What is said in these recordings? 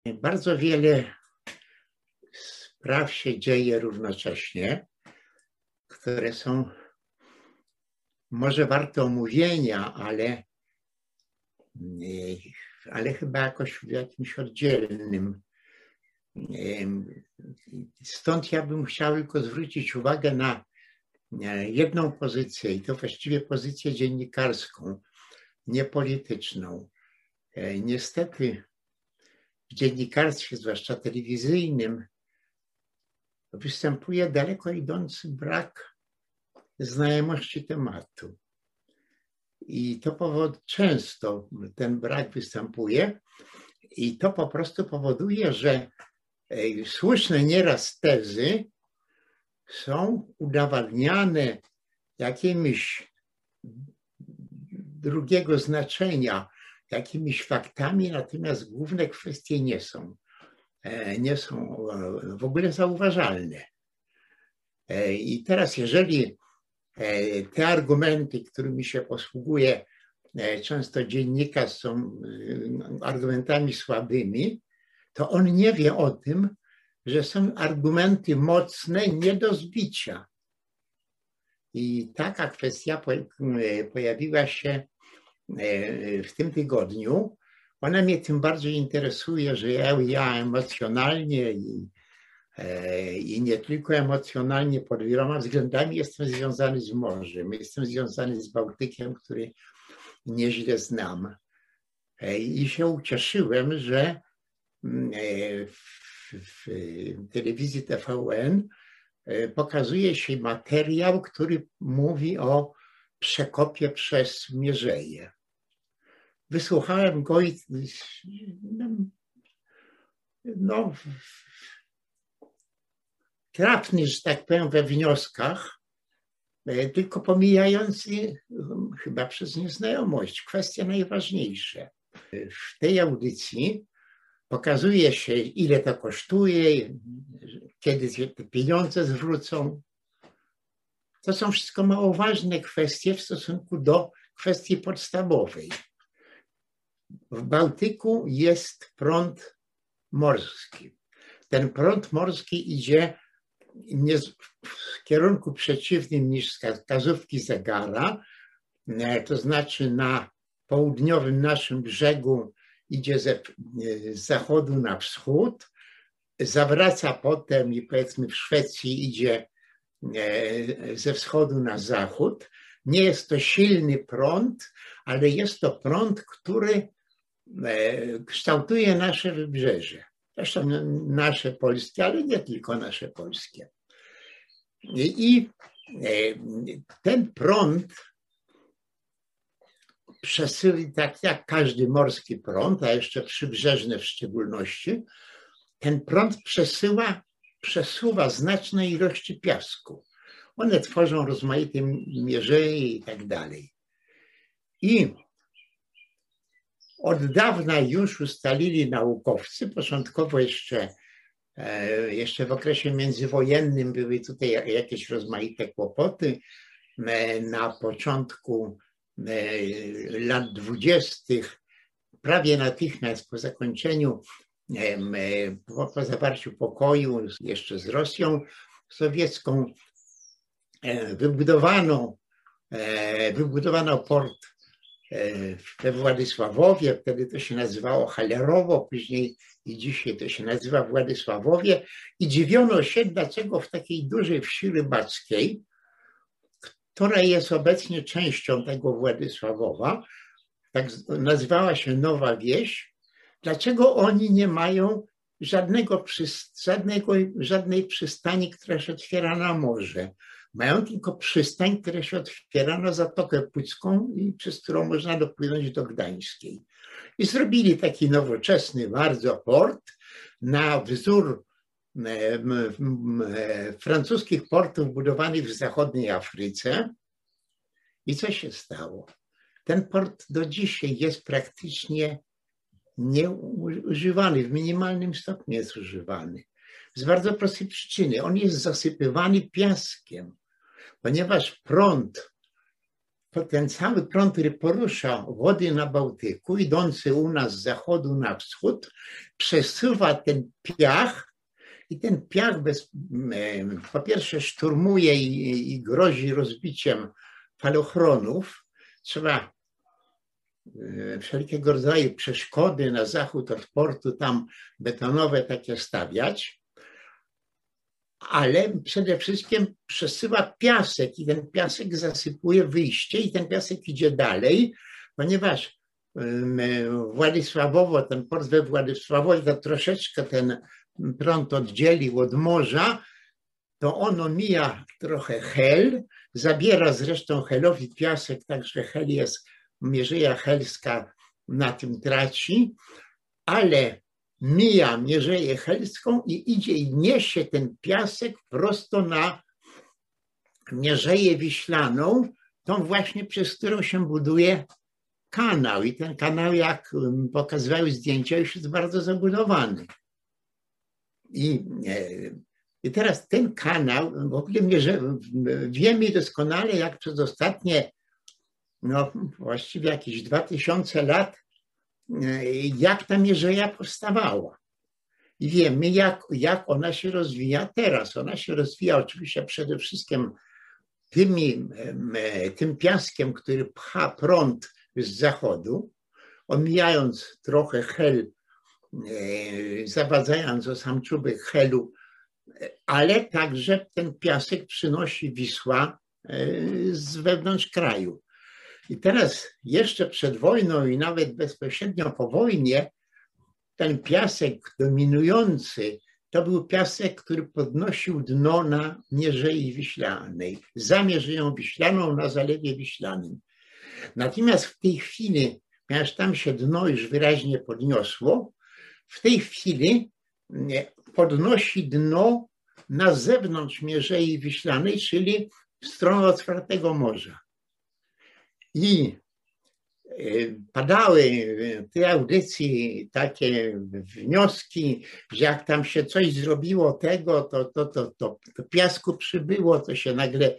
Bardzo wiele spraw się dzieje równocześnie, które są może warte omówienia, ale chyba jakoś w jakimś oddzielnym. Stąd ja bym chciał tylko zwrócić uwagę na jedną pozycję, i to właściwie pozycję dziennikarską, nie polityczną. Niestety w dziennikarstwie, zwłaszcza telewizyjnym, występuje daleko idący brak znajomości tematu. I to często ten brak występuje i to po prostu powoduje, że słuszne nieraz tezy są udowadniane jakimiś drugiego znaczenia, jakimiś faktami, natomiast główne kwestie nie są w ogóle zauważalne. I teraz, jeżeli te argumenty, którymi się posługuje często dziennikarz, są argumentami słabymi, to on nie wie o tym, że są argumenty mocne, nie do zbicia. I taka kwestia pojawiła się w tym tygodniu. Ona mnie tym bardziej interesuje, że ja emocjonalnie i nie tylko emocjonalnie pod wieloma względami jestem związany z morzem. Jestem związany z Bałtykiem, który nieźle znam. I się ucieszyłem, że w telewizji TVN pokazuje się materiał, który mówi o przekopie przez Mierzeję. Wysłuchałem go i trafny, że tak powiem, we wnioskach, tylko pomijający chyba przez nieznajomość kwestie najważniejsze. W tej audycji pokazuje się, ile to kosztuje, kiedy się te pieniądze zwrócą. To są wszystko mało ważne kwestie w stosunku do kwestii podstawowej. W Bałtyku jest prąd morski. Ten prąd morski idzie nie w kierunku przeciwnym niż wskazówki zegara, to znaczy na południowym naszym brzegu idzie z zachodu na wschód, zawraca potem i powiedzmy w Szwecji idzie ze wschodu na zachód. Nie jest to silny prąd, ale jest to prąd, który kształtuje nasze wybrzeże. Zresztą nasze polskie, ale nie tylko nasze polskie. I ten prąd przesyła, tak jak każdy morski prąd, a jeszcze przybrzeżny w szczególności, ten prąd przesuwa znaczne ilości piasku. One tworzą rozmaite mierzeje i tak dalej. I od dawna już ustalili naukowcy, początkowo jeszcze w okresie międzywojennym były tutaj jakieś rozmaite kłopoty. Na początku lat 20., prawie natychmiast po zakończeniu, po zawarciu pokoju jeszcze z Rosją sowiecką, wybudowano port we Władysławowie. Wtedy to się nazywało Halerowo, później i dzisiaj to się nazywa Władysławowie. I dziwiono się, dlaczego w takiej dużej wsi rybackiej, która jest obecnie częścią tego Władysławowa, tak nazywała się Nowa Wieś, dlaczego oni nie mają żadnej przystani, która się otwiera na morze. Mają tylko przystań, która się otwiera na Zatokę Pucką i przez którą można dopłynąć do Gdańskiej. I zrobili taki nowoczesny bardzo port na wzór francuskich portów budowanych w zachodniej Afryce. I co się stało? Ten port do dzisiaj jest praktycznie nieużywany, w minimalnym stopniu jest używany. Z bardzo prostej przyczyny. On jest zasypywany piaskiem, ponieważ prąd ten cały prąd, który porusza wody na Bałtyku, idący u nas z zachodu na wschód, przesuwa ten piach i ten piach po pierwsze szturmuje i grozi rozbiciem falochronów. Trzeba wszelkiego rodzaju przeszkody na zachód od portu tam betonowe takie stawiać, ale przede wszystkim przesyła piasek i ten piasek zasypuje wyjście i ten piasek idzie dalej, ponieważ Władysławowo, ten port we Władysławowie to troszeczkę ten prąd oddzielił od morza, to on omija trochę Hel, zabiera zresztą Helowi piasek, także Hel jest, Mierzeja Helska na tym traci, ale mija Mierzeję Helską i idzie i niesie ten piasek prosto na Mierzeję Wiślaną, tą właśnie, przez którą się buduje kanał. I ten kanał, jak pokazywały zdjęcia, już jest bardzo zabudowany. I teraz ten kanał, w ogóle wiemy doskonale, jak przez ostatnie, no właściwie jakieś 2000 lat, jak ta Mierzeja powstawała. I wiemy, jak ona się rozwija teraz. Ona się rozwija oczywiście przede wszystkim tym piaskiem, który pcha prąd z zachodu, omijając trochę Hel, zawadzając o sam czubek Helu, ale także ten piasek przynosi Wisła z wewnątrz kraju. I teraz jeszcze przed wojną i nawet bezpośrednio po wojnie ten piasek dominujący to był piasek, który podnosił dno na Mierzei Wiślanej, za Mierzeją Wiślaną na Zalewie Wiślanym. Natomiast w tej chwili, ponieważ tam się dno już wyraźnie podniosło, w tej chwili podnosi dno na zewnątrz Mierzei Wiślanej, czyli w stronę otwartego morza. I padały w tej audycji takie wnioski, że jak tam się coś zrobiło tego, to piasku przybyło, to się nagle,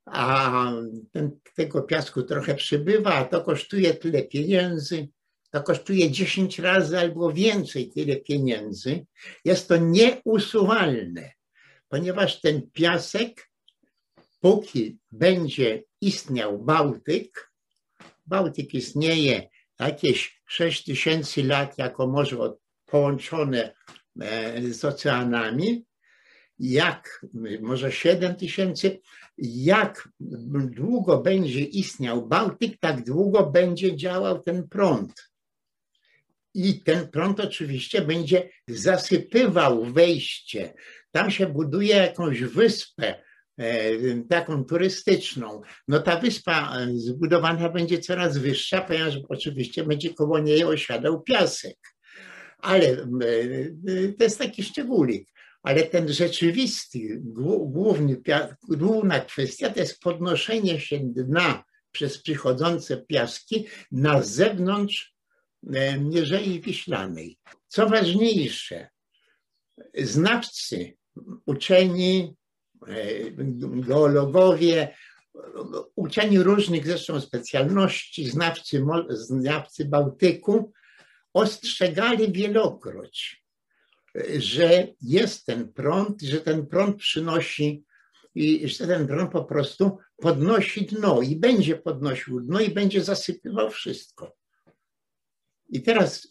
tego piasku trochę przybywa, a to kosztuje tyle pieniędzy, to kosztuje 10 razy albo więcej tyle pieniędzy. Jest to nieusuwalne, ponieważ ten piasek, póki będzie istniał Bałtyk, Bałtyk istnieje jakieś 6000 lat jako morze połączone z oceanami, może 7000, jak długo będzie istniał Bałtyk, tak długo będzie działał ten prąd. I ten prąd oczywiście będzie zasypywał wejście. Tam się buduje jakąś wyspę, taką turystyczną. No ta wyspa zbudowana będzie coraz wyższa, ponieważ oczywiście będzie koło niej osiadał piasek. Ale to jest taki szczególik. Ale ten rzeczywisty, główna kwestia to jest podnoszenie się dna przez przychodzące piaski na zewnątrz Mierzei Wiślanej. Co ważniejsze, znawcy, uczeni, geologowie, uczeni różnych zresztą specjalności, znawcy Bałtyku, ostrzegali wielokroć, że jest ten prąd, że ten prąd przynosi i że ten prąd po prostu podnosi dno i będzie podnosił dno i będzie zasypywał wszystko. I teraz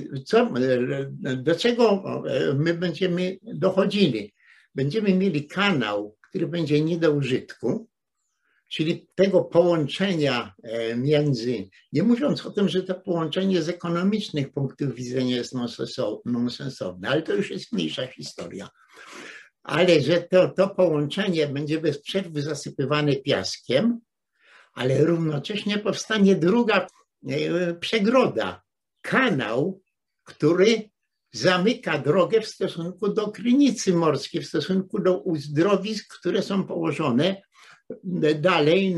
do czego my będziemy dochodzili? Będziemy mieli kanał, który będzie nie do użytku, czyli tego połączenia między, nie mówiąc o tym, że to połączenie z ekonomicznych punktów widzenia jest nonsensowne, ale to już jest mniejsza historia. Ale że to połączenie będzie bez przerwy zasypywane piaskiem, ale równocześnie powstanie druga przegroda, kanał, który zamyka drogę w stosunku do Krynicy Morskiej, w stosunku do uzdrowisk, które są położone dalej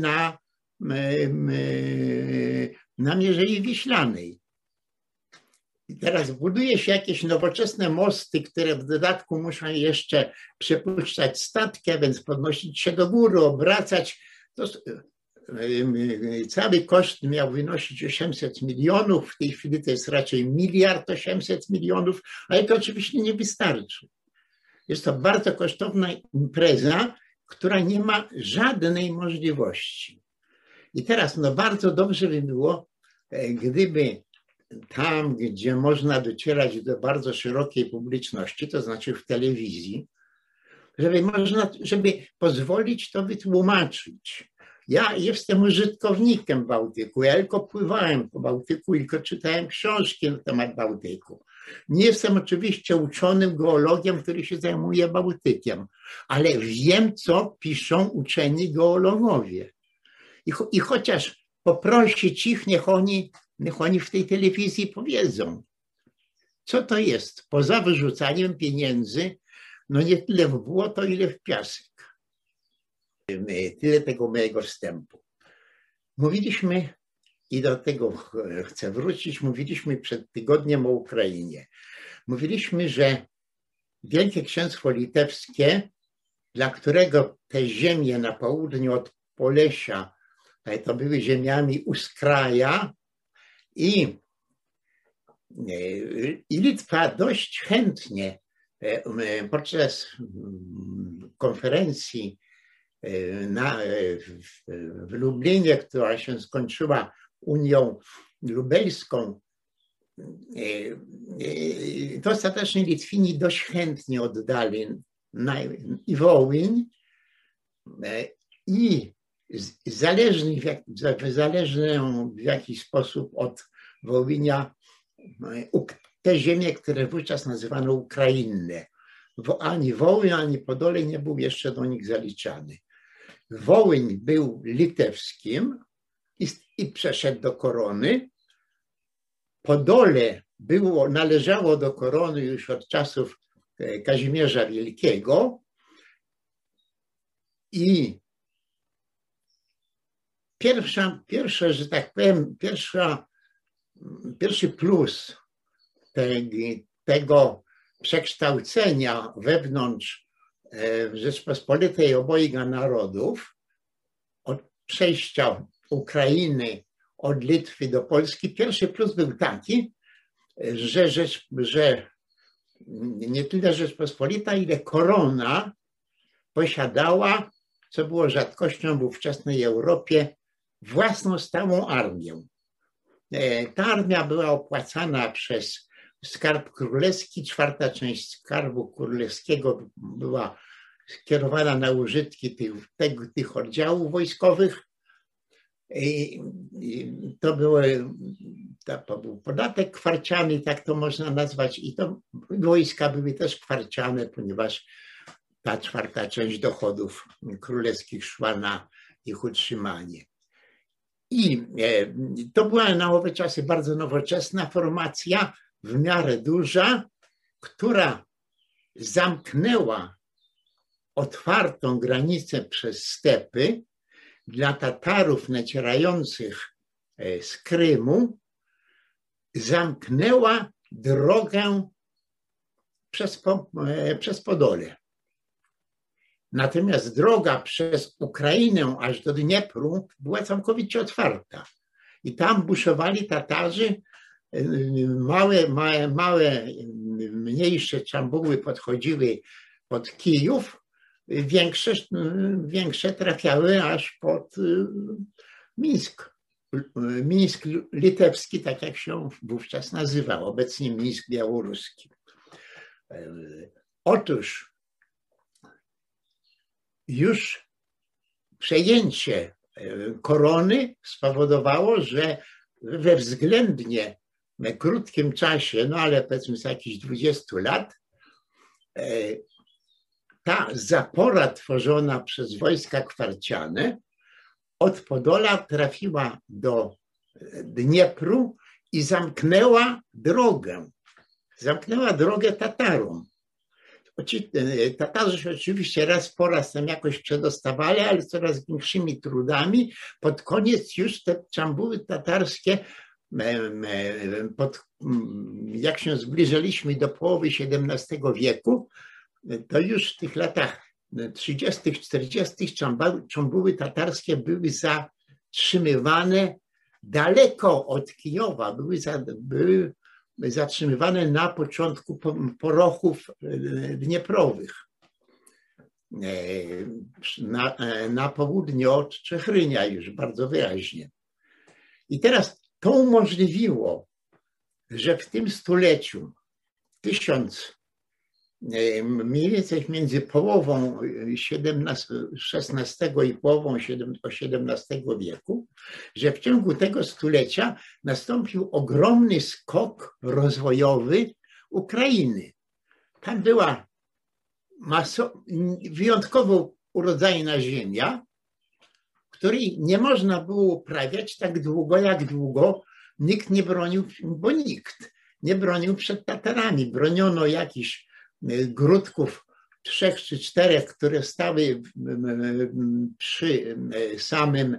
na Mierzei Wiślanej. I teraz buduje się jakieś nowoczesne mosty, które w dodatku muszą jeszcze przepuszczać statki, więc podnosić się do góry, obracać. To cały koszt miał wynosić 800 milionów, w tej chwili to jest raczej 1,8 mld, ale to oczywiście nie wystarczy. Jest to bardzo kosztowna impreza, która nie ma żadnej możliwości. I teraz bardzo dobrze by było, gdyby tam, gdzie można docierać do bardzo szerokiej publiczności, to znaczy w telewizji, żeby pozwolić to wytłumaczyć. Ja jestem użytkownikiem Bałtyku, ja tylko pływałem po Bałtyku, tylko czytałem książki na temat Bałtyku. Nie jestem oczywiście uczonym geologiem, który się zajmuje Bałtykiem, ale wiem, co piszą uczeni geologowie. I chociaż poprosić ich, niech oni w tej telewizji powiedzą, co to jest, poza wyrzucaniem pieniędzy, no nie tyle w błoto, ile w piasek. Tyle tego mojego wstępu. Mówiliśmy, i do tego chcę wrócić, mówiliśmy przed tygodniem o Ukrainie. Mówiliśmy, że Wielkie Księstwo Litewskie, dla którego te ziemie na południu od Polesia to były ziemiami Uskraja i Litwa dość chętnie podczas konferencji w Lublinie, która się skończyła Unią Lubelską, to ostatecznie Litwini dość chętnie oddali i Wołyń, i zależną w jakiś sposób od Wołynia te ziemie, które wówczas nazywano Ukrainne. Ani Wołyń, ani Podolej nie był jeszcze do nich zaliczany. Wołyń był litewskim i przeszedł do korony. Podole należało do korony już od czasów Kazimierza Wielkiego i że tak powiem, pierwszy plus tego przekształcenia wewnątrz Rzeczpospolitej obojga narodów, od przejścia Ukrainy od Litwy do Polski, pierwszy plus był taki, że nie tyle Rzeczpospolita, ile korona posiadała, co było rzadkością w ówczesnej Europie, własną stałą armię. Ta armia była opłacana przez Skarb Królewski. Czwarta część Skarbu Królewskiego była skierowana na użytki tych oddziałów wojskowych. To był podatek kwarciany, tak to można nazwać, i to wojska były też kwarciane, ponieważ ta czwarta część dochodów królewskich szła na ich utrzymanie. I to była na owe czasy bardzo nowoczesna formacja, w miarę duża, która zamknęła otwartą granicę przez stepy dla Tatarów nacierających z Krymu, zamknęła drogę przez Podole. Natomiast droga przez Ukrainę aż do Dniepru była całkowicie otwarta. I tam buszowali Tatarzy, mniejsze czambuły podchodziły pod Kijów, większe trafiały aż pod Mińsk. Mińsk litewski, tak jak się wówczas nazywał, obecnie Mińsk białoruski. Otóż już przejęcie korony spowodowało, że we względnie krótkim czasie, no ale powiedzmy z jakichś 20 lat, ta zapora tworzona przez wojska kwarciane od Podola trafiła do Dniepru i zamknęła drogę Tatarom. Tatarzy się oczywiście raz po raz tam jakoś przedostawali, ale coraz większymi trudami. Pod koniec już te czambuły tatarskie, jak się zbliżaliśmy do połowy XVII wieku, to już w tych latach 30., 40. czambuły tatarskie były zatrzymywane daleko od Kijowa, były zatrzymywane na początku porochów dnieprowych, na południe od Czechrynia już bardzo wyraźnie. I teraz to umożliwiło, że w tym stuleciu mniej więcej między połową XVI i połową XVII wieku, że w ciągu tego stulecia nastąpił ogromny skok rozwojowy Ukrainy. Tam była wyjątkowo urodzajna ziemia, której nie można było uprawiać tak długo, jak długo nikt nie bronił, bo nikt nie bronił przed Tatarami. Broniono jakichś gródków 3 czy 4, które stały przy samym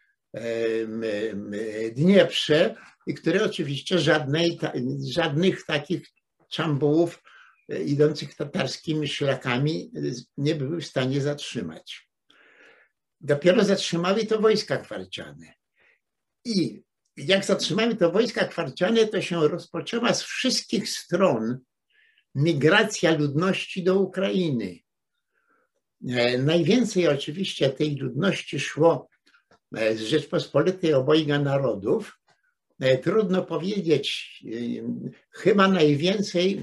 Dnieprze i które oczywiście żadnych takich czambułów idących tatarskimi szlakami nie były w stanie zatrzymać. Dopiero zatrzymały to wojska kwarciane. I jak zatrzymały to wojska kwarciane, to się rozpoczęła z wszystkich stron migracja ludności do Ukrainy. Najwięcej oczywiście tej ludności szło z Rzeczpospolitej obojga narodów. Trudno powiedzieć, chyba najwięcej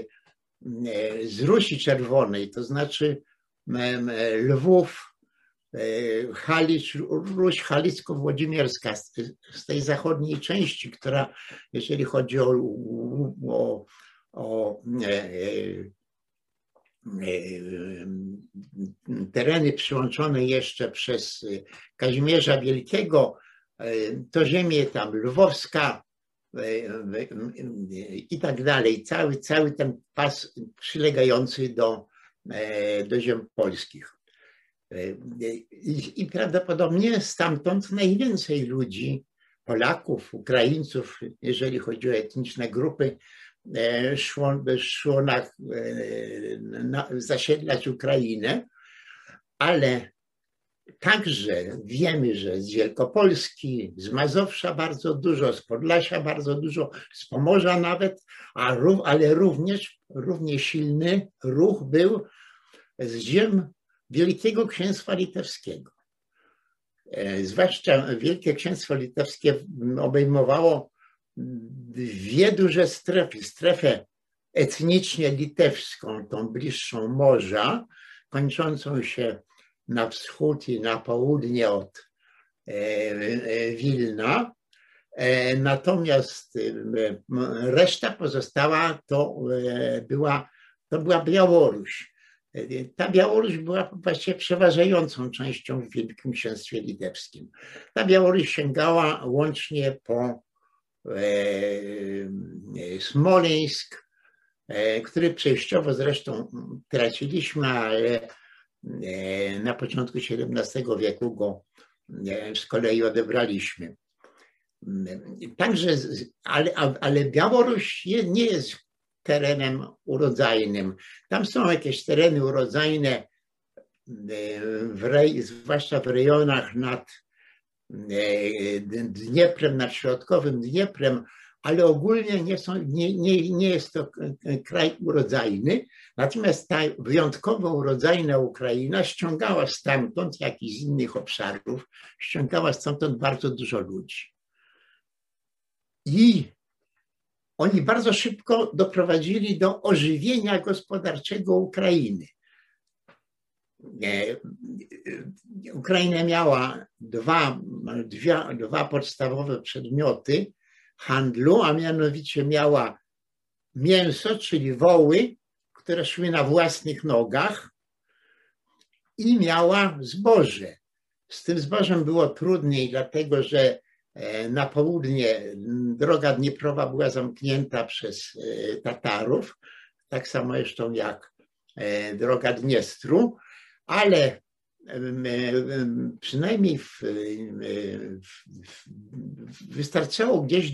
z Rusi Czerwonej, to znaczy Lwów, Halicz, Ruś Halicko-Włodzimierska, z tej zachodniej części, która, jeżeli chodzi o tereny przyłączone jeszcze przez Kazimierza Wielkiego, to ziemie tam lwowska i tak dalej, cały ten pas przylegający do ziem polskich. I prawdopodobnie stamtąd najwięcej ludzi, Polaków, Ukraińców, jeżeli chodzi o etniczne grupy, szło zasiedlać Ukrainę, ale także wiemy, że z Wielkopolski, z Mazowsza bardzo dużo, z Podlasia bardzo dużo, z Pomorza nawet, ale równie silny ruch był z ziem Wielkiego Księstwa Litewskiego. Zwłaszcza Wielkie Księstwo Litewskie obejmowało 2 duże strefy. Strefę etnicznie litewską, tą bliższą morza, kończącą się na wschód i na południe od Wilna. Natomiast reszta pozostała to była Białoruś. Ta Białoruś była właściwie przeważającą częścią w Wielkim Księstwie Litewskim. Ta Białoruś sięgała łącznie po Smoleńsk, który przejściowo zresztą traciliśmy, ale na początku XVII wieku go z kolei odebraliśmy. Także, ale Białoruś nie jest terenem urodzajnym. Tam są jakieś tereny urodzajne, zwłaszcza w rejonach nad Dnieprem, nad środkowym Dnieprem, ale ogólnie nie jest to kraj urodzajny. Natomiast ta wyjątkowo urodzajna Ukraina ściągała stamtąd, jak i z innych obszarów, ściągała stamtąd bardzo dużo ludzi. I oni bardzo szybko doprowadzili do ożywienia gospodarczego Ukrainy. Ukraina miała dwa podstawowe przedmioty handlu, a mianowicie miała mięso, czyli woły, które szły na własnych nogach, i miała zboże. Z tym zbożem było trudniej, dlatego że na południe droga dnieprowa była zamknięta przez Tatarów, tak samo zresztą jak droga Dniestru, ale przynajmniej wystarczało gdzieś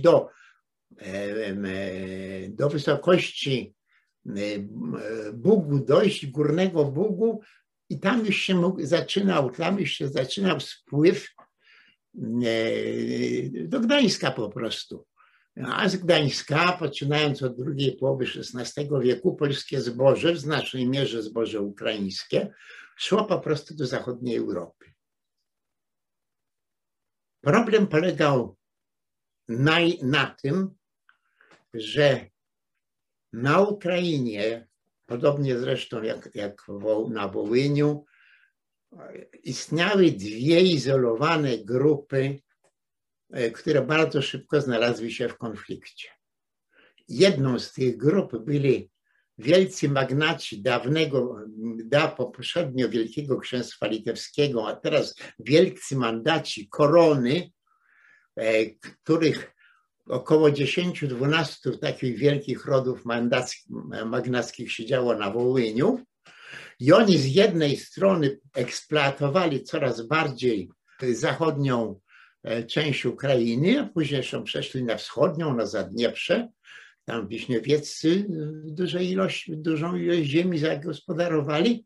do wysokości Bugu dojść, Górnego Bugu, i tam już się zaczynał spływ do Gdańska po prostu. A z Gdańska, poczynając od drugiej połowy XVI wieku, polskie zboże, w znacznej mierze zboże ukraińskie, szło po prostu do zachodniej Europy. Problem polegał na tym, że na Ukrainie, podobnie zresztą jak na Wołyniu, istniały dwie izolowane grupy, które bardzo szybko znalazły się w konflikcie. Jedną z tych grup byli wielcy magnaci poprzednio Wielkiego Księstwa Litewskiego, a teraz wielcy mandaci korony, których około 10-12 takich wielkich rodów magnackich siedziało na Wołyniu. I oni z jednej strony eksploatowali coraz bardziej zachodnią część Ukrainy, a później przeszli na wschodnią, na Zadnieprze. Tam wiśniowieccy dużą ilość ziemi zagospodarowali.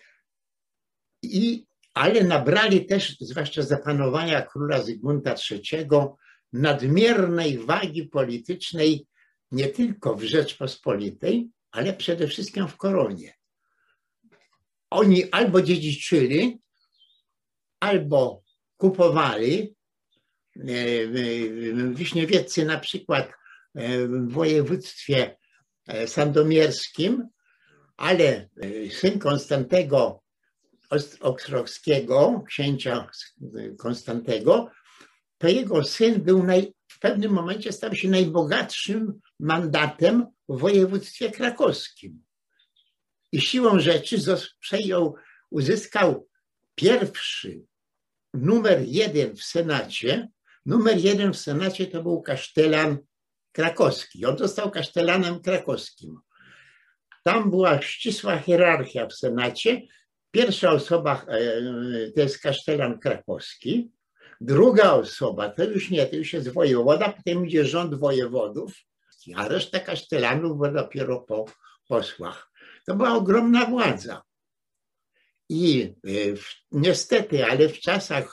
Ale nabrali też, zwłaszcza za panowania króla Zygmunta III, nadmiernej wagi politycznej nie tylko w Rzeczpospolitej, ale przede wszystkim w koronie. Oni albo dziedziczyli, albo kupowali. Wiśniowieccy na przykład w województwie sandomierskim, ale syn Konstantego Ostrowskiego, księcia Konstantego, to jego syn był w pewnym momencie stał się najbogatszym mandatem w województwie krakowskim. I siłą rzeczy uzyskał pierwszy numer 1 w Senacie. Numer 1 w Senacie to był kasztelan krakowski. On został kasztelanem krakowskim. Tam była ścisła hierarchia w Senacie. Pierwsza osoba to jest kasztelan krakowski. Druga osoba to już nie, to już jest wojewoda, potem idzie rząd wojewodów, a reszta kasztelanów była dopiero po posłach. To była ogromna władza. I niestety, ale w czasach,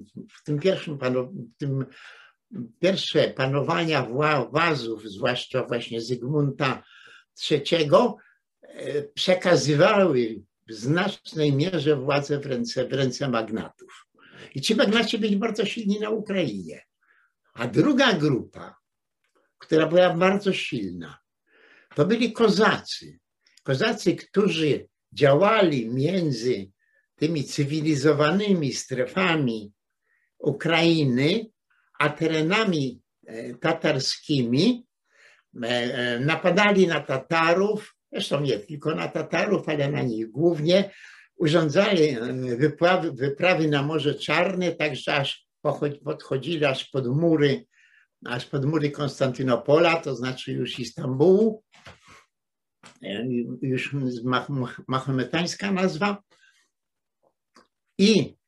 pierwsze panowania wazów, zwłaszcza właśnie Zygmunta III, przekazywały w znacznej mierze władzę w ręce magnatów. I ci magnaci byli bardzo silni na Ukrainie. A druga grupa, która była bardzo silna, to byli kozacy. Kozacy, którzy działali między tymi cywilizowanymi strefami Ukrainy, a terenami tatarskimi, napadali na Tatarów, zresztą nie tylko na Tatarów, ale na nich głównie, urządzali wyprawy na Morze Czarne, także aż podchodzili aż pod mury Konstantynopola, to znaczy już Istambułu, już mahometańska nazwa. I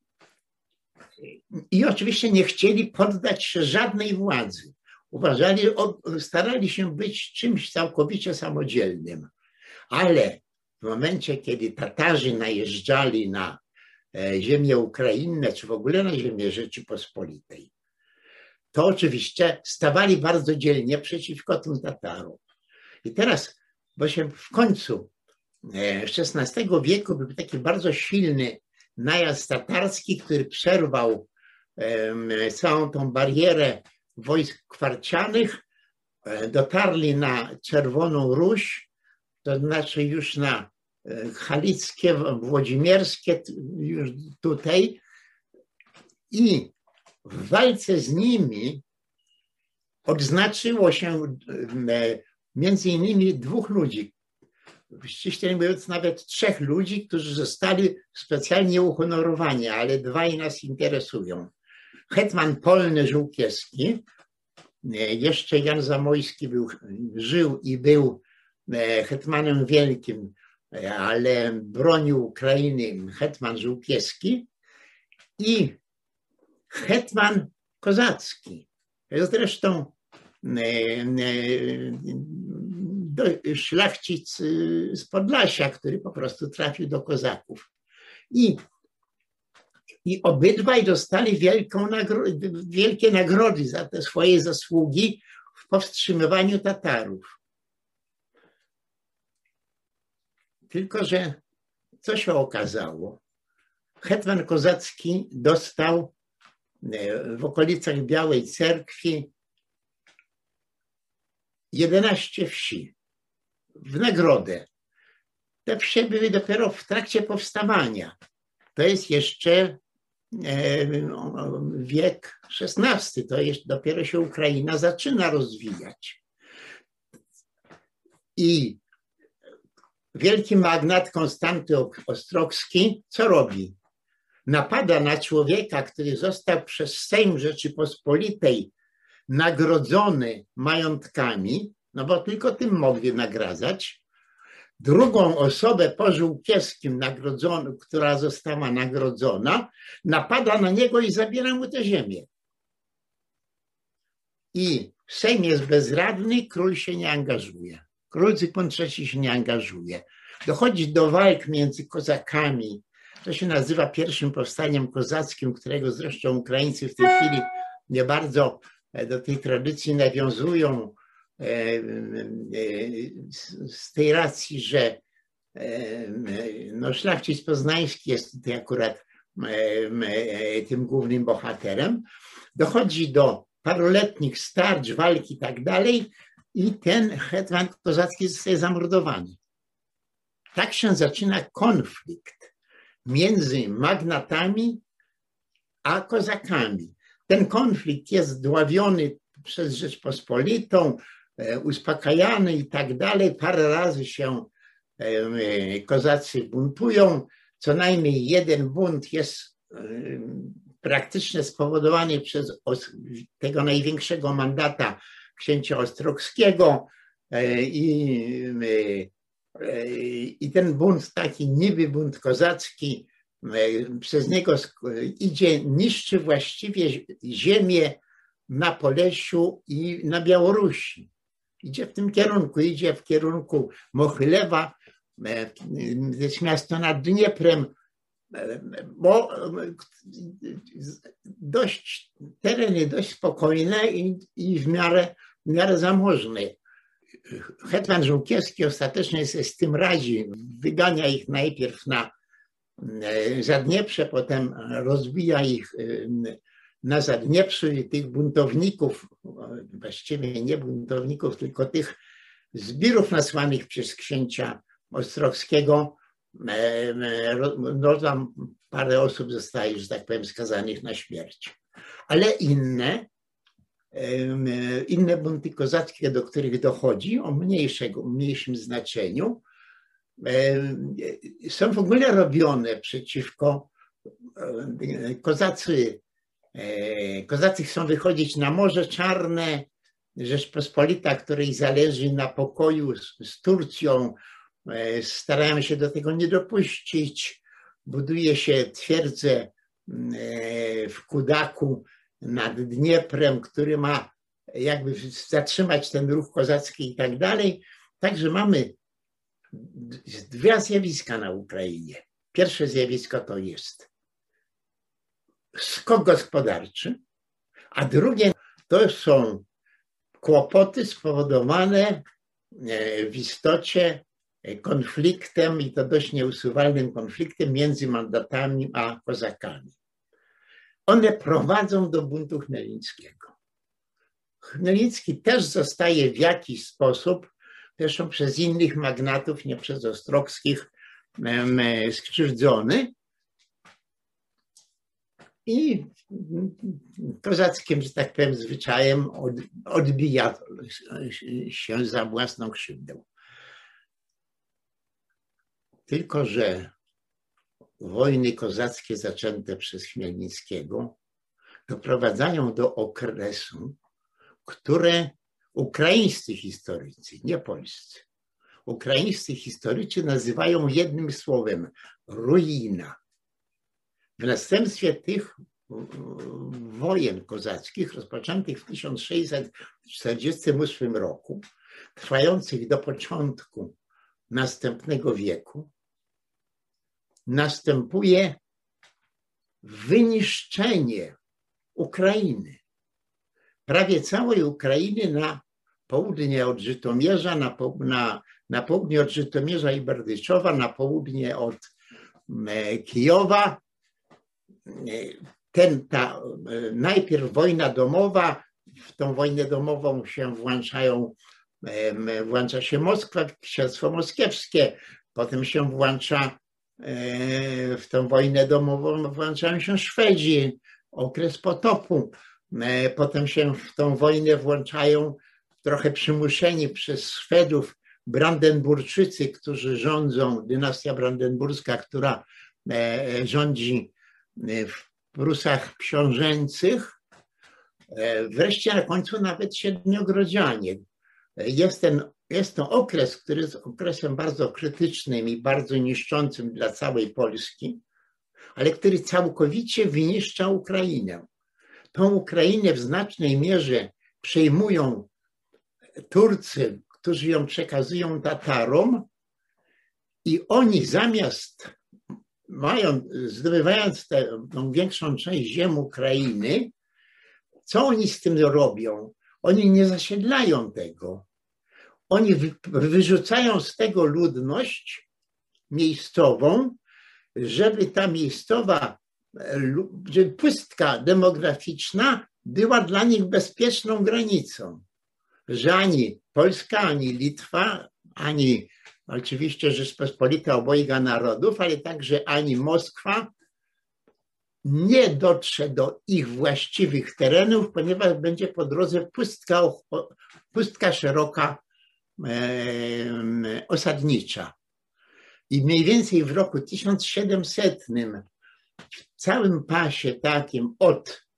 oczywiście nie chcieli poddać się żadnej władzy. Starali się być czymś całkowicie samodzielnym. Ale w momencie, kiedy Tatarzy najeżdżali na ziemię ukrainnę, czy w ogóle na ziemię Rzeczypospolitej, to oczywiście stawali bardzo dzielnie przeciwko tym Tatarom. I teraz, bo się w końcu XVI wieku był taki bardzo silny najazd tatarski, który przerwał całą tą barierę wojsk kwarcianych, dotarli na Czerwoną Ruś, to znaczy już na Halickie, Włodzimierskie, już tutaj, i w walce z nimi odznaczyło się między innymi 2 ludzi, ściśle mówiąc nawet 3 ludzi, którzy zostali specjalnie uhonorowani, ale 2 nas interesują. Hetman polny Żółkiewski, jeszcze Jan Zamojski żył i był hetmanem wielkim, ale bronił Ukrainy hetman Żółkiewski, i hetman Kozacki. To jest zresztą szlachcic z Podlasia, który po prostu trafił do kozaków. I I obydwaj dostali wielkie nagrody za te swoje zasługi w powstrzymywaniu Tatarów. Tylko że co się okazało? Hetman Kozacki dostał w okolicach Białej Cerkwi 11 wsi w nagrodę. Te wsie były dopiero w trakcie powstawania. To jest jeszcze wiek XVI, to jest, dopiero się Ukraina zaczyna rozwijać. I wielki magnat Konstanty Ostrogski co robi? Napada na człowieka, który został przez Sejm Rzeczypospolitej nagrodzony majątkami, no bo tylko tym mogli nagradzać. Drugą osobę po Żółkiewskim, która została nagrodzona, napada na niego i zabiera mu tę ziemię. I Sejm jest bezradny, król się nie angażuje. Król Zygmunt III się nie angażuje. Dochodzi do walk między kozakami. To się nazywa pierwszym powstaniem kozackim, którego zresztą Ukraińcy w tej chwili nie bardzo do tej tradycji nawiązują, z tej racji, że no, szlachcic poznański jest tutaj akurat tym głównym bohaterem. Dochodzi do paroletnich starć, walk i tak dalej i ten hetman kozacki zostaje zamordowany. Tak się zaczyna konflikt między magnatami a kozakami. Ten konflikt jest dławiony przez Rzeczpospolitą, uspokajany i tak dalej. Parę razy się kozacy buntują. Co najmniej jeden bunt jest praktycznie spowodowany przez tego największego mandata księcia Ostrogskiego i ten bunt, taki niby bunt kozacki, przez niego idzie, niszczy właściwie ziemię na Polesiu i na Białorusi. Idzie w tym kierunku, idzie w kierunku Mochylewa, to jest miasto nad Dnieprem, bo tereny dość spokojne i w miarę zamożne. Hetman Żółkiewski ostatecznie się z tym radzi, wygania ich najpierw na Zadnieprze, potem rozbija ich na Zadnieprzu i tych buntowników, właściwie nie buntowników, tylko tych zbirów nasłanych przez księcia Ostrogskiego, no tam parę osób zostaje, że tak powiem, skazanych na śmierć. Ale inne bunty kozackie, do których dochodzi, o mniejszym znaczeniu, są w ogóle robione przeciwko kozacy. Kozacy chcą wychodzić na Morze Czarne. Rzeczpospolita, której zależy na pokoju z Turcją, starają się do tego nie dopuścić. Buduje się twierdzę w Kudaku nad Dnieprem, który ma jakby zatrzymać ten ruch kozacki i tak dalej. Także mamy dwa zjawiska na Ukrainie. Pierwsze zjawisko to jest skok gospodarczy, a drugie to są kłopoty spowodowane w istocie konfliktem, i to dość nieusuwalnym konfliktem między mandatami a kozakami. One prowadzą do buntu Chmielnickiego. Chmielnicki też zostaje w jakiś sposób, zresztą przez innych magnatów, nie przez Ostrogskich, skrzywdzony. I kozackim, że tak powiem, zwyczajem odbija się za własną krzywdę. Tylko że wojny kozackie zaczęte przez Chmielnickiego doprowadzają do okresu, które ukraińscy historycy, nie polscy, ukraińscy historycy nazywają jednym słowem ruina. W następstwie tych wojen kozackich rozpoczętych w 1648 roku, trwających do początku następnego wieku, następuje wyniszczenie Ukrainy. Prawie całej Ukrainy na południe od Żytomierza, na południe od Żytomierza i Berdyczowa, na południe od Kijowa. Najpierw wojna domowa, w tą wojnę domową się włącza się Moskwa, księstwo moskiewskie, potem się włącza w tą wojnę domową, włączają się Szwedzi, okres potopu, potem się w tą wojnę włączają trochę przymuszeni przez Szwedów Brandenburczycy, którzy rządzą, dynastia brandenburska, która rządzi w Prusach książęcych. Wreszcie na końcu nawet Siedmiogrodzianie. Jest to okres, który jest okresem bardzo krytycznym i bardzo niszczącym dla całej Polski, ale który całkowicie wyniszcza Ukrainę. Tą Ukrainę w znacznej mierze przejmują Turcy, którzy ją przekazują Tatarom, i oni zamiast zdobywając tą większą część ziem Ukrainy, co oni z tym robią? Oni nie zasiedlają tego. Oni wyrzucają z tego ludność miejscową, żeby ta miejscowa pustka demograficzna była dla nich bezpieczną granicą. Że ani Polska, ani Litwa, ani oczywiście Rzeczpospolita obojga narodów, ale także ani Moskwa nie dotrze do ich właściwych terenów, ponieważ będzie po drodze pustka szeroka osadnicza. I mniej więcej w roku 1700 w całym pasie takim od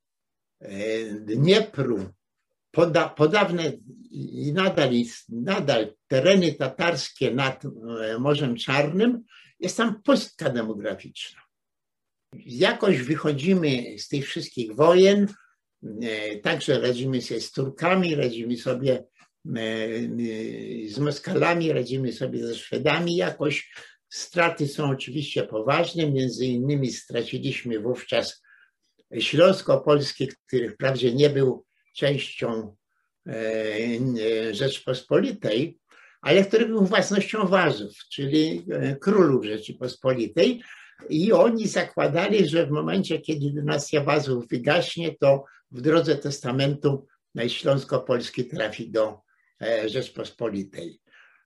Dniepru po dawne i nadal tereny tatarskie nad Morzem Czarnym, jest tam pustka demograficzna. Jakoś wychodzimy z tych wszystkich wojen, także radzimy sobie z Turkami, radzimy sobie z Moskalami, radzimy sobie ze Szwedami jakoś. Straty są oczywiście poważne, między innymi straciliśmy wówczas Śląsk Opolski, który wprawdzie nie był częścią Rzeczpospolitej, ale który był własnością Wazów, czyli królów Rzeczypospolitej, i oni zakładali, że w momencie, kiedy dynastia Wazów wygaśnie, to w drodze testamentu Śląsk Opolski trafi do Rzeczpospolitej.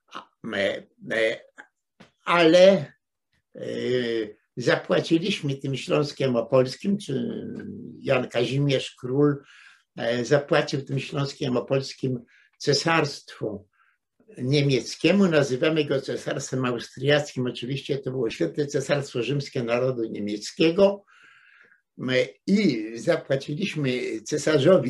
Ale zapłaciliśmy tym Śląskiem Opolskim, czy Jan Kazimierz Król zapłacił tym Śląskiem Opolskim cesarstwu niemieckiemu. Nazywamy go cesarstwem austriackim. Oczywiście to było Święte Cesarstwo Rzymskie Narodu Niemieckiego i zapłaciliśmy cesarzowi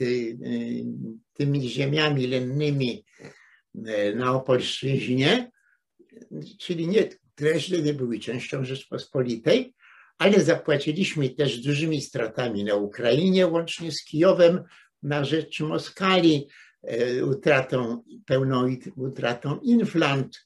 tymi ziemiami lennymi na Opolszczyźnie, czyli które nie były częścią Rzeczpospolitej, ale zapłaciliśmy też dużymi stratami na Ukrainie, łącznie z Kijowem na rzecz Moskali, pełną utratą Inflant,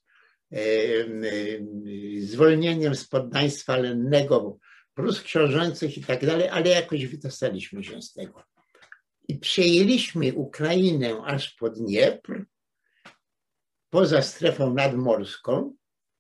zwolnieniem z poddaństwa lennego Prus książęcych i tak dalej, ale jakoś wydostaliśmy się z tego. I przejęliśmy Ukrainę aż pod Dniepr, poza strefą nadmorską,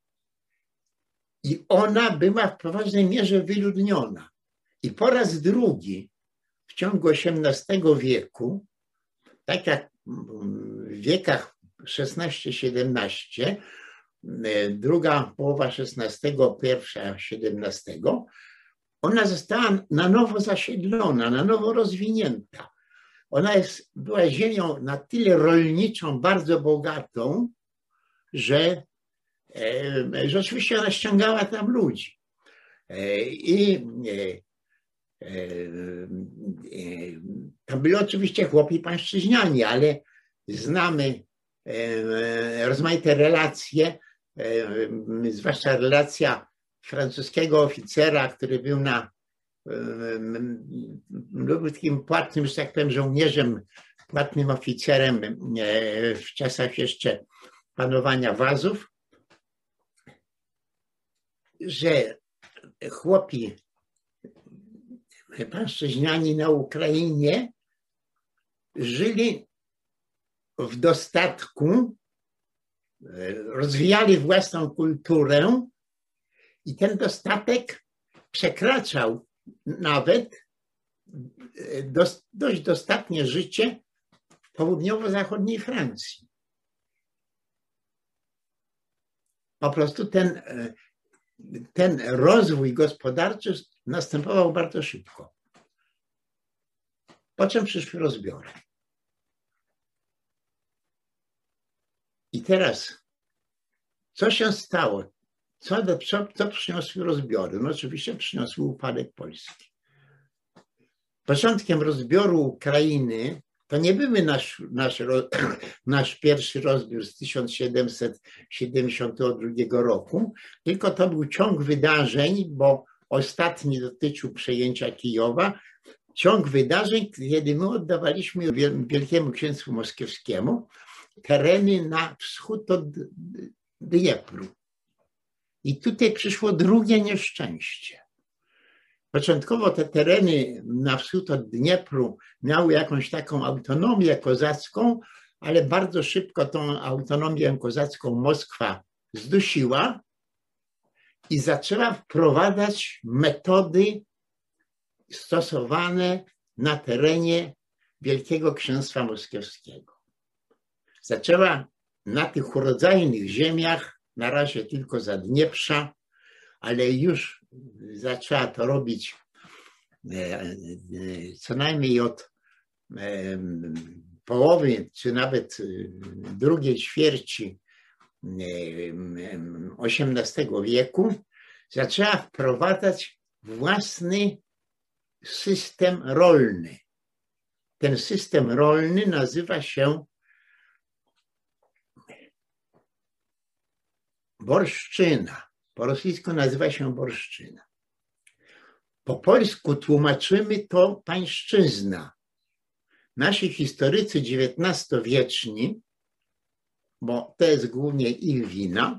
i ona była w poważnej mierze wyludniona. I po raz drugi w ciągu XVIII wieku, tak jak w wiekach XVI-XVII, druga połowa XVI, pierwsza XVII, ona została na nowo zasiedlona, na nowo rozwinięta. Ona była ziemią na tyle rolniczą, bardzo bogatą, że oczywiście ona ściągała tam ludzi. I tam byli oczywiście chłopi pańszczyźniani, ale znamy rozmaite relacje, zwłaszcza relacja francuskiego oficera, który był był takim płatnym, że tak powiem, żołnierzem, płatnym oficerem w czasach jeszcze panowania Wazów, że chłopi pańszczyźniani na Ukrainie żyli w dostatku, rozwijali własną kulturę i ten dostatek przekraczał nawet dość dostatnie życie w południowo-zachodniej Francji. Po prostu ten rozwój gospodarczy następował bardzo szybko. Po czym przyszły rozbiory. I teraz, co się stało? Co przyniosły rozbiory? No oczywiście przyniosły upadek Polski. Początkiem rozbioru Ukrainy to nie był nasz pierwszy rozbiór z 1772 roku, tylko to był ciąg wydarzeń, bo ostatni dotyczył przejęcia Kijowa, ciąg wydarzeń, kiedy my oddawaliśmy Wielkiemu Księstwu Moskiewskiemu tereny na wschód od Dniepru. I tutaj przyszło drugie nieszczęście. Początkowo te tereny na wschód od Dniepru miały jakąś taką autonomię kozacką, ale bardzo szybko tą autonomię kozacką Moskwa zdusiła i zaczęła wprowadzać metody stosowane na terenie Wielkiego Księstwa Moskiewskiego. Zaczęła na tych urodzajnych ziemiach, na razie tylko Zadnieprza, ale już zaczęła to robić co najmniej od połowy, czy nawet drugiej ćwierci XVIII wieku, zaczęła wprowadzać własny system rolny. Ten system rolny nazywa się borszczyna. Po rosyjsku nazywa się borszczyna. Po polsku tłumaczymy to pańszczyzna. Nasi historycy XIX-wieczni, bo to jest głównie ich wina,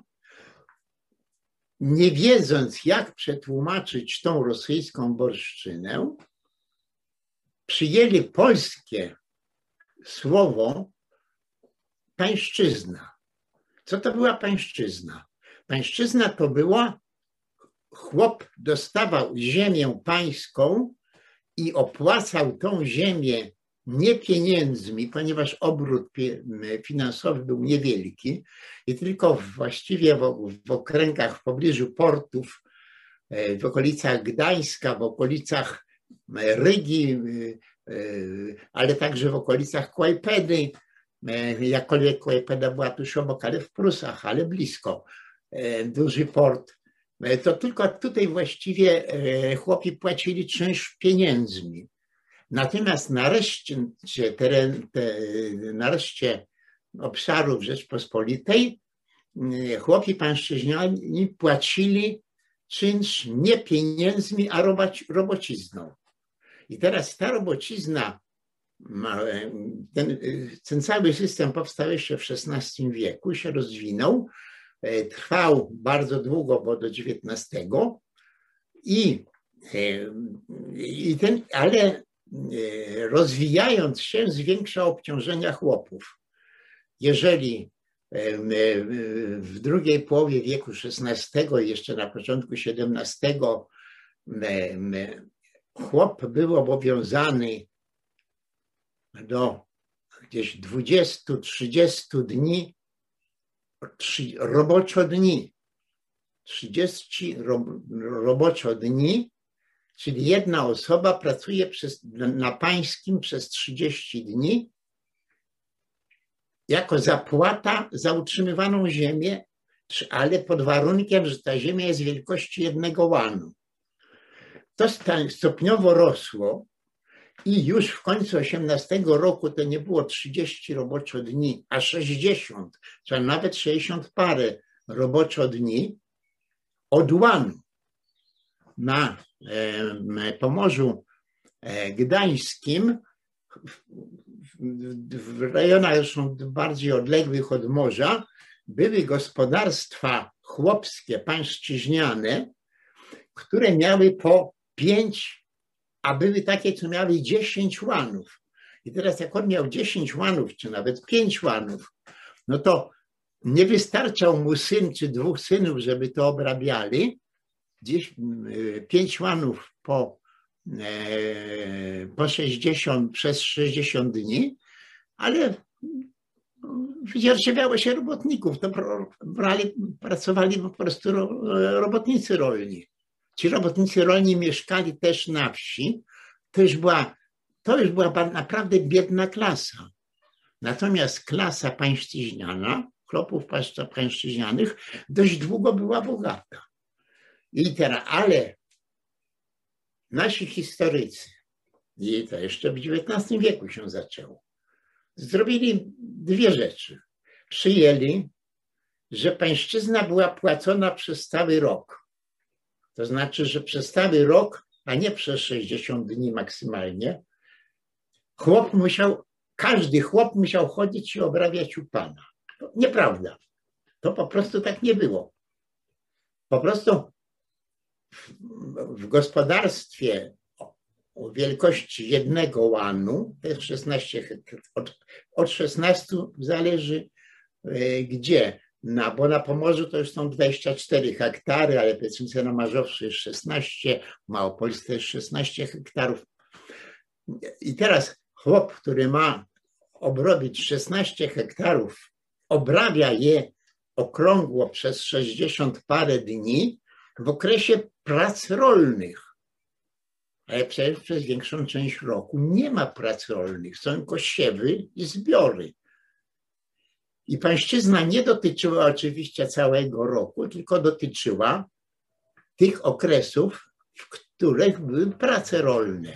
nie wiedząc, jak przetłumaczyć tą rosyjską borszczynę, przyjęli polskie słowo pańszczyzna. Co to była pańszczyzna? Pańszczyzna to była, chłop dostawał ziemię pańską i opłacał tą ziemię nie pieniędzmi, ponieważ obrót finansowy był niewielki i tylko właściwie w okręgach w pobliżu portów, w okolicach Gdańska, w okolicach Rygi, ale także w okolicach Kłajpedy, jakkolwiek Kłajpeda była tuż obok, ale w Prusach, ale blisko, duży port, to tylko tutaj właściwie chłopi płacili czynsz pieniędzmi. Natomiast na reszcie obszarów Rzeczpospolitej chłopi pańszczyźniani płacili czynsz nie pieniędzmi, a robocizną. I teraz ta robocizna, ten cały system powstał jeszcze w XVI wieku, się rozwinął, trwał bardzo długo, bo do XIX, ale rozwijając się zwiększa obciążenia chłopów. Jeżeli w drugiej połowie wieku XVI i jeszcze na początku XVII chłop był obowiązany do gdzieś 20-30 dni, roboczo dni, 30 roboczo dni, czyli jedna osoba pracuje na pańskim przez 30 dni jako zapłata za utrzymywaną ziemię, ale pod warunkiem, że ta ziemia jest wielkości jednego łanu. To stopniowo rosło i już w końcu 18 roku to nie było 30 roboczo dni, a 60, czy nawet 60 parę roboczo dni od łanu na Pomorzu Gdańskim, w rejonach zresztą bardziej odległych od morza, były gospodarstwa chłopskie, pańszczyźniane, które miały po 5 a były takie, co miały 10 łanów. I teraz jak on miał 10 łanów, czy nawet 5 łanów, no to nie wystarczał mu syn czy 2 synów, żeby to obrabiali. 5 łanów po 60, przez 60 dni, ale wydzierżywiało się robotników. To pracowali po prostu robotnicy rolni. Ci robotnicy rolni mieszkali też na wsi. To już była naprawdę biedna klasa. Natomiast klasa pańszczyźniana, chłopów pańszczyźnianych, dość długo była bogata. I teraz, ale nasi historycy, i to jeszcze w XIX wieku się zaczęło, zrobili 2 rzeczy. Przyjęli, że pańszczyzna była płacona przez cały rok. To znaczy, że przez cały rok, a nie przez 60 dni maksymalnie, każdy chłop musiał chodzić i obrabiać u pana. To nieprawda. To po prostu tak nie było. Po prostu w gospodarstwie o wielkości 1 łanu, to jest 16 hektarów, od 16 zależy gdzie, bo na Pomorzu to już są 24 hektary, ale powiedzmy na Mazowszu jest 16, w Małopolsce jest 16 hektarów. I teraz chłop, który ma obrobić 16 hektarów, obrabia je okrągło przez 60 parę dni w okresie prac rolnych. Ale przecież przez większą część roku nie ma prac rolnych, są kosiewy i zbiory. I pańszczyzna nie dotyczyła oczywiście całego roku, tylko dotyczyła tych okresów, w których były prace rolne.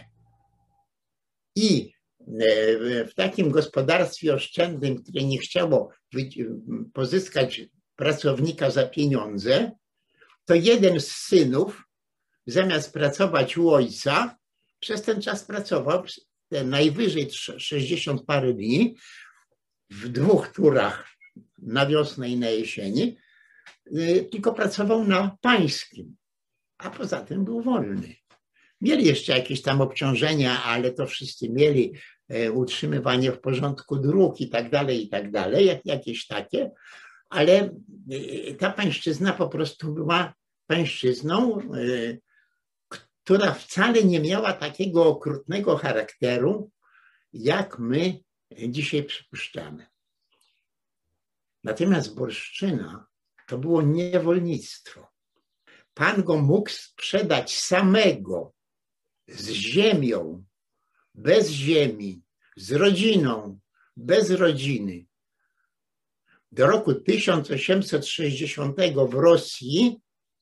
I w takim gospodarstwie oszczędnym, które nie chciało pozyskać pracownika za pieniądze, to jeden z synów, zamiast pracować u ojca, przez ten czas pracował najwyżej 60 parę dni, w 2 turach na wiosnę i na jesieni, tylko pracował na pańskim, a poza tym był wolny. Mieli jeszcze jakieś tam obciążenia, ale to wszyscy mieli, utrzymywanie w porządku dróg i tak dalej, jakieś takie, ale ta pańszczyzna po prostu była pańszczyzną, która wcale nie miała takiego okrutnego charakteru, jak my dzisiaj przypuszczamy. Natomiast Borszczyna to było niewolnictwo. Pan go mógł sprzedać samego, z ziemią, bez ziemi, z rodziną, bez rodziny. Do roku 1860 w Rosji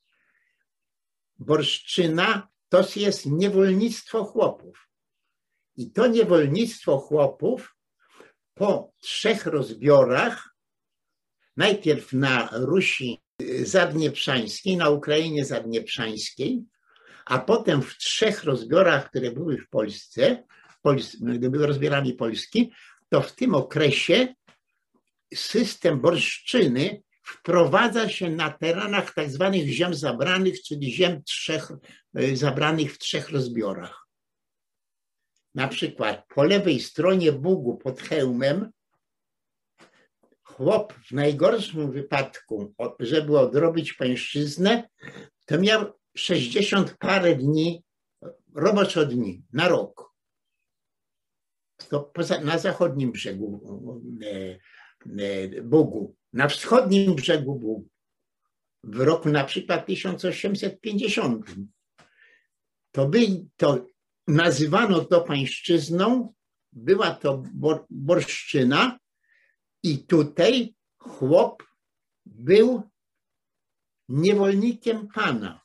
Borszczyna to jest niewolnictwo chłopów. I to niewolnictwo chłopów po 3 rozbiorach, najpierw na Rusi Zadnieprzańskiej, na Ukrainie Zadnieprzańskiej, a potem w 3 rozbiorach, które były w Polsce, były rozbiorami Polski, to w tym okresie system Borszczyny wprowadza się na terenach tak zwanych ziem zabranych, czyli ziem zabranych w 3 rozbiorach. Na przykład po lewej stronie Bugu pod Chełmem chłop w najgorszym wypadku, żeby odrobić pańszczyznę, to miał 60 parę dni, roboczo dni, na rok. To na zachodnim brzegu Bugu, na wschodnim brzegu Bugu, w roku na przykład 1850. To nazywano to pańszczyzną, była to Borszczyna i tutaj chłop był niewolnikiem pana.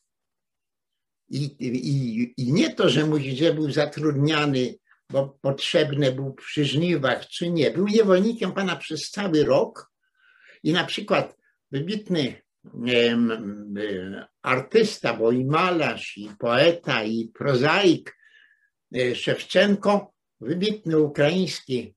I nie to, że był zatrudniany, bo potrzebny był przy żniwach, czy nie. Był niewolnikiem pana przez cały rok i na przykład wybitny artysta, bo i malarz, i poeta, i prozaik Szewczenko, wybitny ukraiński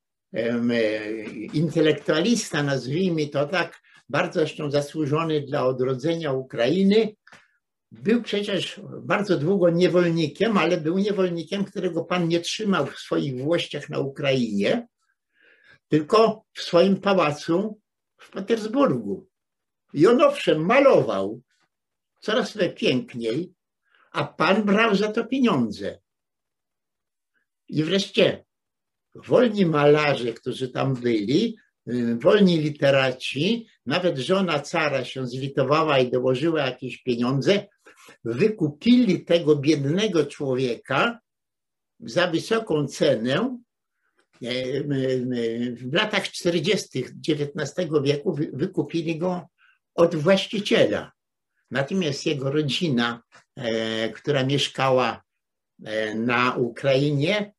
intelektualista, nazwijmy to tak, bardzo zresztą zasłużony dla odrodzenia Ukrainy, był przecież bardzo długo niewolnikiem, ale był niewolnikiem, którego pan nie trzymał w swoich włościach na Ukrainie, tylko w swoim pałacu w Petersburgu. I on owszem malował coraz piękniej, a pan brał za to pieniądze. I wreszcie wolni malarze, którzy tam byli, wolni literaci, nawet żona cara się zlitowała i dołożyła jakieś pieniądze, wykupili tego biednego człowieka za wysoką cenę. W latach 40. XIX wieku wykupili go od właściciela. Natomiast jego rodzina, która mieszkała na Ukrainie,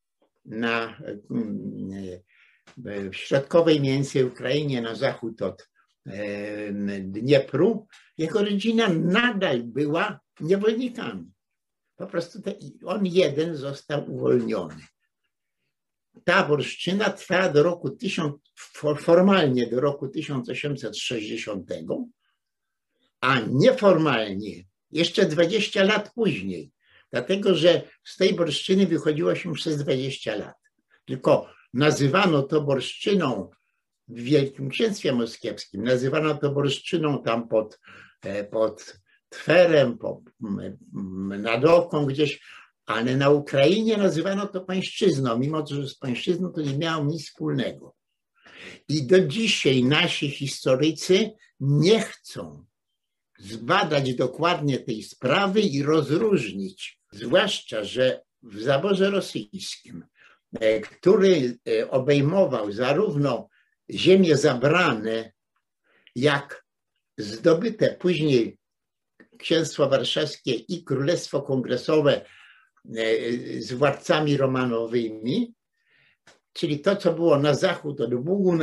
w środkowej mniej więcej Ukrainie, na zachód od Dniepru, jego rodzina nadal była niewolnikami. Po prostu on jeden został uwolniony. Taborszczyna trwała formalnie do roku 1860, a nieformalnie jeszcze 20 lat później. Dlatego, że z tej borszczyny wychodziło się przez 20 lat. Tylko nazywano to borszczyną w Wielkim Księstwie Moskiewskim, nazywano to borszczyną tam pod Twerem, nad Oką gdzieś, ale na Ukrainie nazywano to pańszczyzną, mimo że z pańszczyzną to nie miało nic wspólnego. I do dzisiaj nasi historycy nie chcą zbadać dokładnie tej sprawy i rozróżnić, zwłaszcza, że w zaborze rosyjskim, który obejmował zarówno ziemie zabrane, jak zdobyte później Księstwo Warszawskie i Królestwo Kongresowe z władcami romanowymi, czyli to, co było na zachód od Bugu,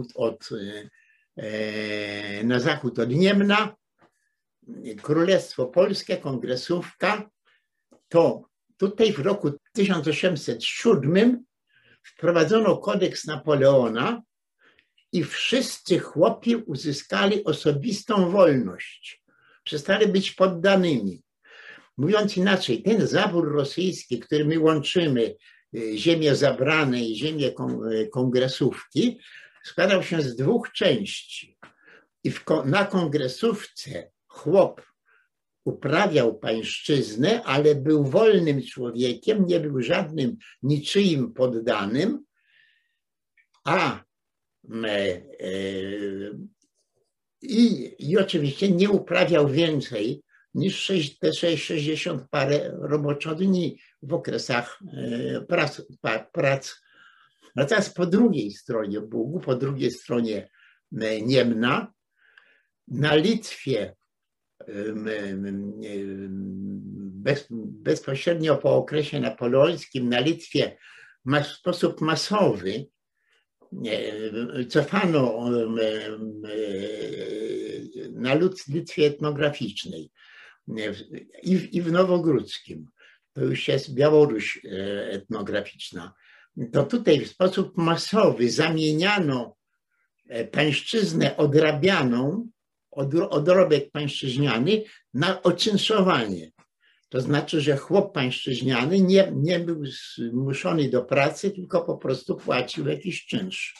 na zachód od Niemna, Królestwo Polskie, Kongresówka, to tutaj w roku 1807 wprowadzono kodeks Napoleona i wszyscy chłopi uzyskali osobistą wolność. Przestali być poddanymi. Mówiąc inaczej, ten zabór rosyjski, który my łączymy, ziemię zabrane i ziemię kongresówki, składał się z dwóch części. I na kongresówce chłop uprawiał pańszczyznę, ale był wolnym człowiekiem, nie był żadnym niczyim poddanym, i oczywiście nie uprawiał więcej niż 60 parę roboczodni w okresach prac. Natomiast po drugiej stronie Bugu, po drugiej stronie Niemna, na Litwie bezpośrednio po okresie napoleońskim, na Litwie w sposób masowy cofano na Litwie etnograficznej i w Nowogródzkim. To już jest Białoruś etnograficzna. To tutaj w sposób masowy zamieniano pańszczyznę odrabianą, odrobek pańszczyźniany na oczynszowanie. To znaczy, że chłop pańszczyźniany nie był zmuszony do pracy, tylko po prostu płacił jakiś czynsz.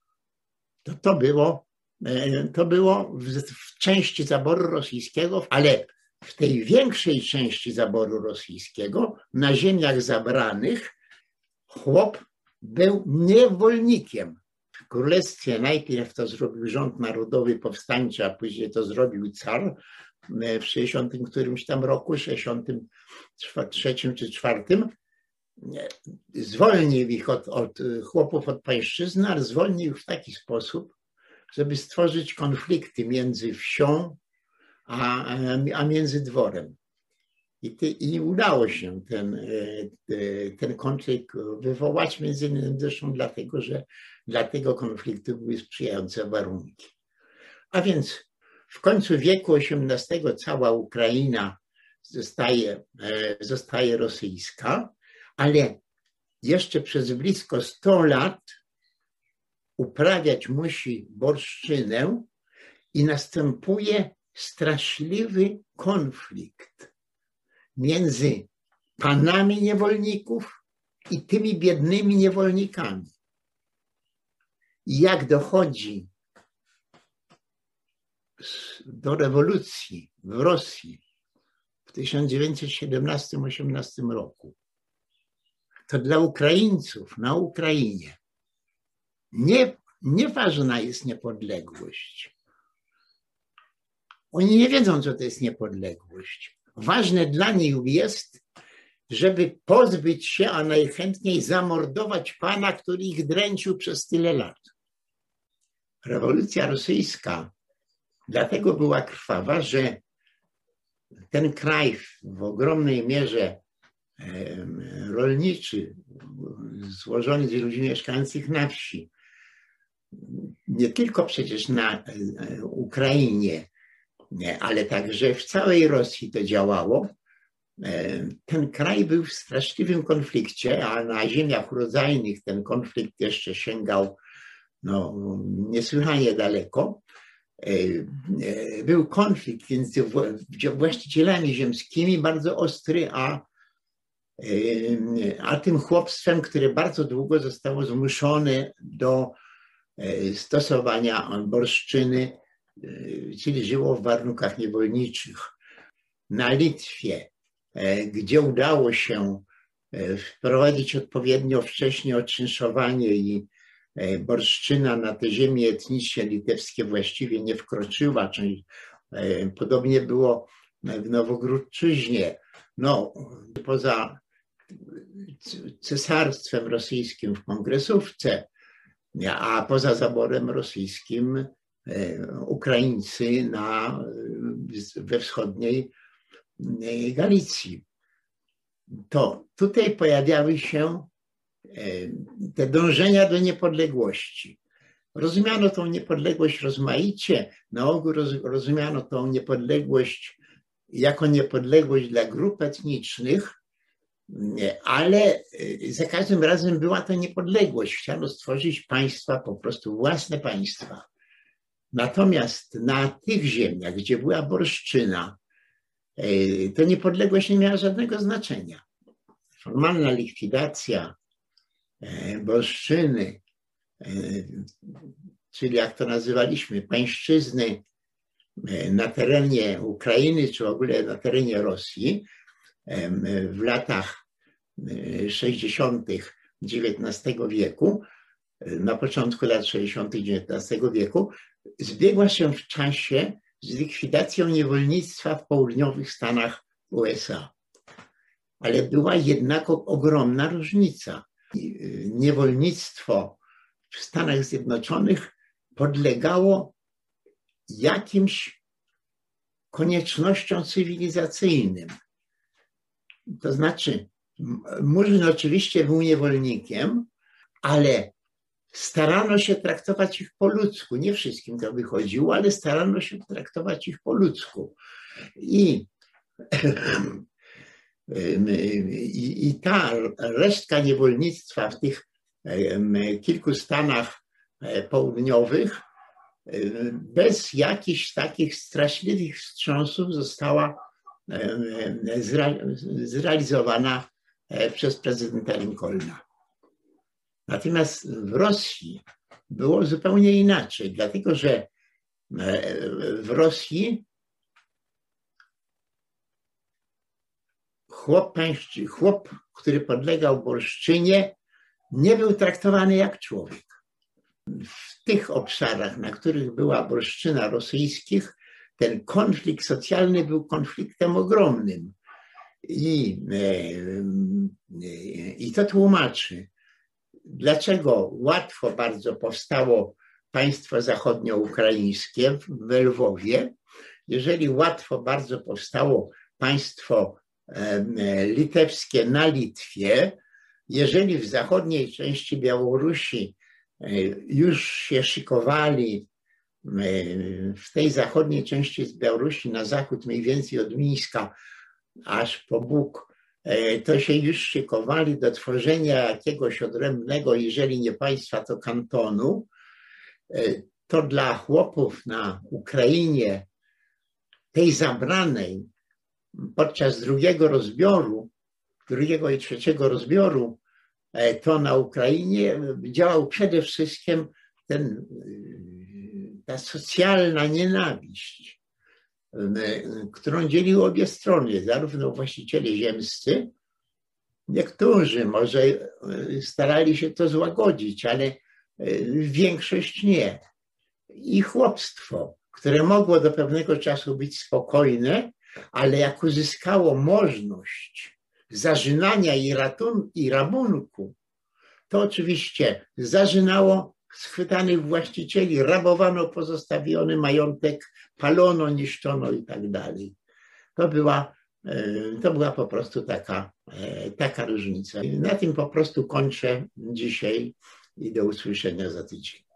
To było w części zaboru rosyjskiego, ale w tej większej części zaboru rosyjskiego, na ziemiach zabranych, chłop był niewolnikiem. W królestwie najpierw to zrobił rząd narodowy powstańczy, a później to zrobił car w 60 którymś tam roku, 63 czy 4. Zwolnił ich od chłopów od pańszczyzny, ale zwolnił ich w taki sposób, żeby stworzyć konflikty między wsią a między dworem. I udało się ten konflikt wywołać, między innymi zresztą dlatego, że dla tego konfliktu były sprzyjające warunki. A więc w końcu wieku XVIII cała Ukraina zostaje rosyjska, ale jeszcze przez blisko 100 lat uprawiać musi borszczynę i następuje straszliwy konflikt między panami niewolników i tymi biednymi niewolnikami. I jak dochodzi do rewolucji w Rosji w 1917-18 roku, to dla Ukraińców na Ukrainie nieważna jest niepodległość. Oni nie wiedzą, co to jest niepodległość. Ważne dla nich jest, żeby pozbyć się, a najchętniej zamordować pana, który ich dręczył przez tyle lat. Rewolucja rosyjska dlatego była krwawa, że ten kraj w ogromnej mierze rolniczy, złożony z ludzi mieszkających na wsi, nie tylko przecież na Ukrainie, ale także w całej Rosji to działało. Ten kraj był w straszliwym konflikcie, a na ziemiach urodzajnych ten konflikt jeszcze sięgał niesłychanie daleko. Był konflikt między właścicielami ziemskimi bardzo ostry, a tym chłopstwem, które bardzo długo zostało zmuszone do stosowania borszczyny, czyli żyło w warunkach niewolniczych. Na Litwie, gdzie udało się wprowadzić odpowiednio wcześnie oczynszowanie i borszczyna na te ziemie etniczne litewskie właściwie nie wkroczyła, czyli podobnie było w Nowogródczyźnie. Poza cesarstwem rosyjskim w kongresówce, a poza zaborem rosyjskim Ukraińcy we wschodniej Galicji. To tutaj pojawiały się te dążenia do niepodległości. Rozumiano tą niepodległość rozmaicie. Na ogół rozumiano tą niepodległość jako niepodległość dla grup etnicznych, ale za każdym razem była to niepodległość. Chciano stworzyć państwa, po prostu własne państwa. Natomiast na tych ziemiach, gdzie była borszczyna, to niepodległość nie miała żadnego znaczenia. Formalna likwidacja borszczyny, czyli jak to nazywaliśmy, pańszczyzny na terenie Ukrainy, czy w ogóle na terenie Rosji w latach 60. XIX wieku, na początku lat 60. XIX wieku, zbiegła się w czasie z likwidacją niewolnictwa w południowych Stanach USA. Ale była jednak ogromna różnica. Niewolnictwo w Stanach Zjednoczonych podlegało jakimś koniecznościom cywilizacyjnym. To znaczy, Murzyn oczywiście był niewolnikiem, ale starano się traktować ich po ludzku. Nie wszystkim to wychodziło, ale starano się traktować ich po ludzku. I ta resztka niewolnictwa w tych kilku stanach południowych bez jakichś takich straszliwych wstrząsów została zrealizowana przez prezydenta Lincolna. Natomiast w Rosji było zupełnie inaczej, dlatego że w Rosji chłop, który podlegał borszczynie, nie był traktowany jak człowiek. W tych obszarach, na których była borszczyna rosyjskich, ten konflikt socjalny był konfliktem ogromnym. I to tłumaczy, dlaczego łatwo bardzo powstało państwo zachodnioukraińskie w Lwowie, jeżeli łatwo bardzo powstało państwo litewskie na Litwie, jeżeli w zachodniej części Białorusi już się szykowali, w tej zachodniej części z Białorusi na zachód mniej więcej od Mińska aż po Bóg, to się już szykowali do tworzenia jakiegoś odrębnego, jeżeli nie państwa, to kantonu, to dla chłopów na Ukrainie, tej zabranej podczas drugiego i trzeciego rozbioru, to na Ukrainie działał przede wszystkim ta socjalna nienawiść, którą dzieliły obie strony, zarówno właściciele ziemscy, niektórzy może starali się to złagodzić, ale większość nie. I chłopstwo, które mogło do pewnego czasu być spokojne, ale jak uzyskało możliwość zarzynania i rabunku, to oczywiście zarzynało schwytanych właścicieli, rabowano pozostawiony majątek, palono, niszczono i tak dalej. To była po prostu taka różnica. I na tym po prostu kończę dzisiaj i do usłyszenia za tydzień.